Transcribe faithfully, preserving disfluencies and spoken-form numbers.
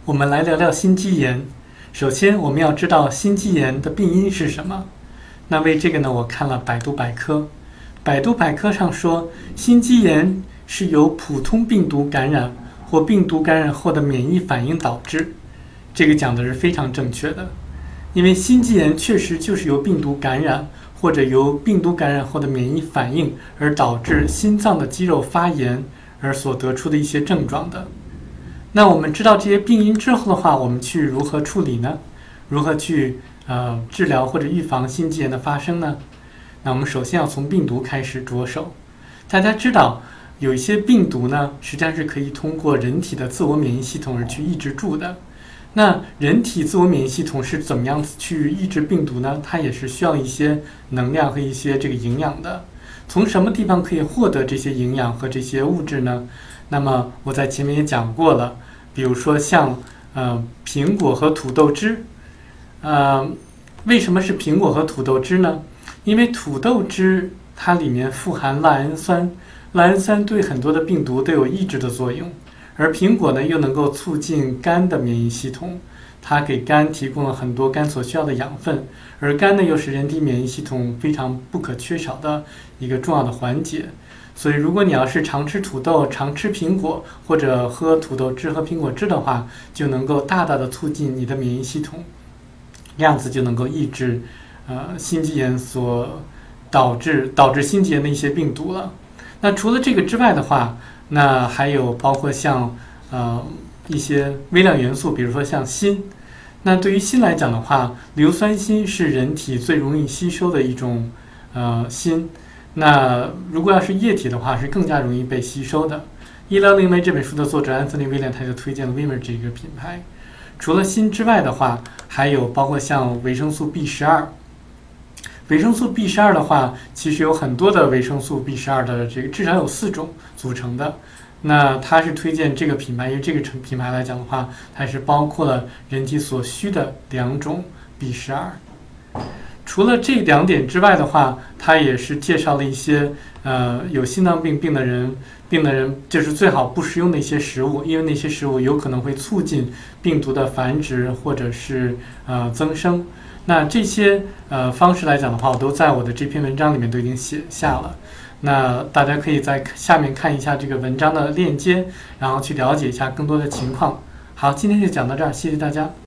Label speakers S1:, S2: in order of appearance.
S1: 我们来聊聊心肌炎。首先，我们要知道心肌炎的病因是什么。那为这个呢，我看了百度百科。百度百科上说，心肌炎是由普通病毒感染或病毒感染后的免疫反应导致。这个讲的是非常正确的，因为心肌炎确实就是由病毒感染或者由病毒感染后的免疫反应而导致心脏的肌肉发炎而所得出的一些症状的。那我们知道这些病因之后的话，我们去如何处理呢？如何去呃治疗或者预防心肌炎的发生呢？那我们首先要从病毒开始着手。大家知道有一些病毒呢，实际上是可以通过人体的自我免疫系统而去抑制住的。那人体自我免疫系统是怎么样去抑制病毒呢？它也是需要一些能量和一些这个营养的。从什么地方可以获得这些营养和这些物质呢？那么我在前面也讲过了，比如说像呃苹果和土豆汁，呃，为什么是苹果和土豆汁呢？因为土豆汁它里面富含赖氨酸，赖氨酸对很多的病毒都有抑制的作用，而苹果呢又能够促进肝的免疫系统，它给肝提供了很多肝所需要的养分，而肝呢又是人体免疫系统非常不可缺少的一个重要的环节。所以如果你要是常吃土豆、常吃苹果，或者喝土豆汁和苹果汁的话，就能够大大的促进你的免疫系统，这样子就能够抑制呃心肌炎所导致导致心肌炎的一些病毒了。那除了这个之外的话，那还有包括像呃一些微量元素，比如说像锌。那对于锌来讲的话，硫酸锌是人体最容易吸收的一种呃锌。那如果要是液体的话，是更加容易被吸收的。医疗灵媒这本书的作者安芬尼·威廉他就推荐了 Vimmer 这个品牌。除了锌之外的话，还有包括像维生素 B 十二。维生素 B 十二的话，其实有很多的维生素 B 十二的这个至少有四种组成的。那它是推荐这个品牌，因为这个品牌来讲的话，它是包括了人体所需的两种 B 十二。除了这两点之外的话，它也是介绍了一些呃有心脏病病的人，病的人就是最好不食用的一些食物，因为那些食物有可能会促进病毒的繁殖或者是呃增生。那这些呃方式来讲的话，我都在我的这篇文章里面都已经写下了。那大家可以在下面看一下这个文章的链接，然后去了解一下更多的情况。好，今天就讲到这儿，谢谢大家。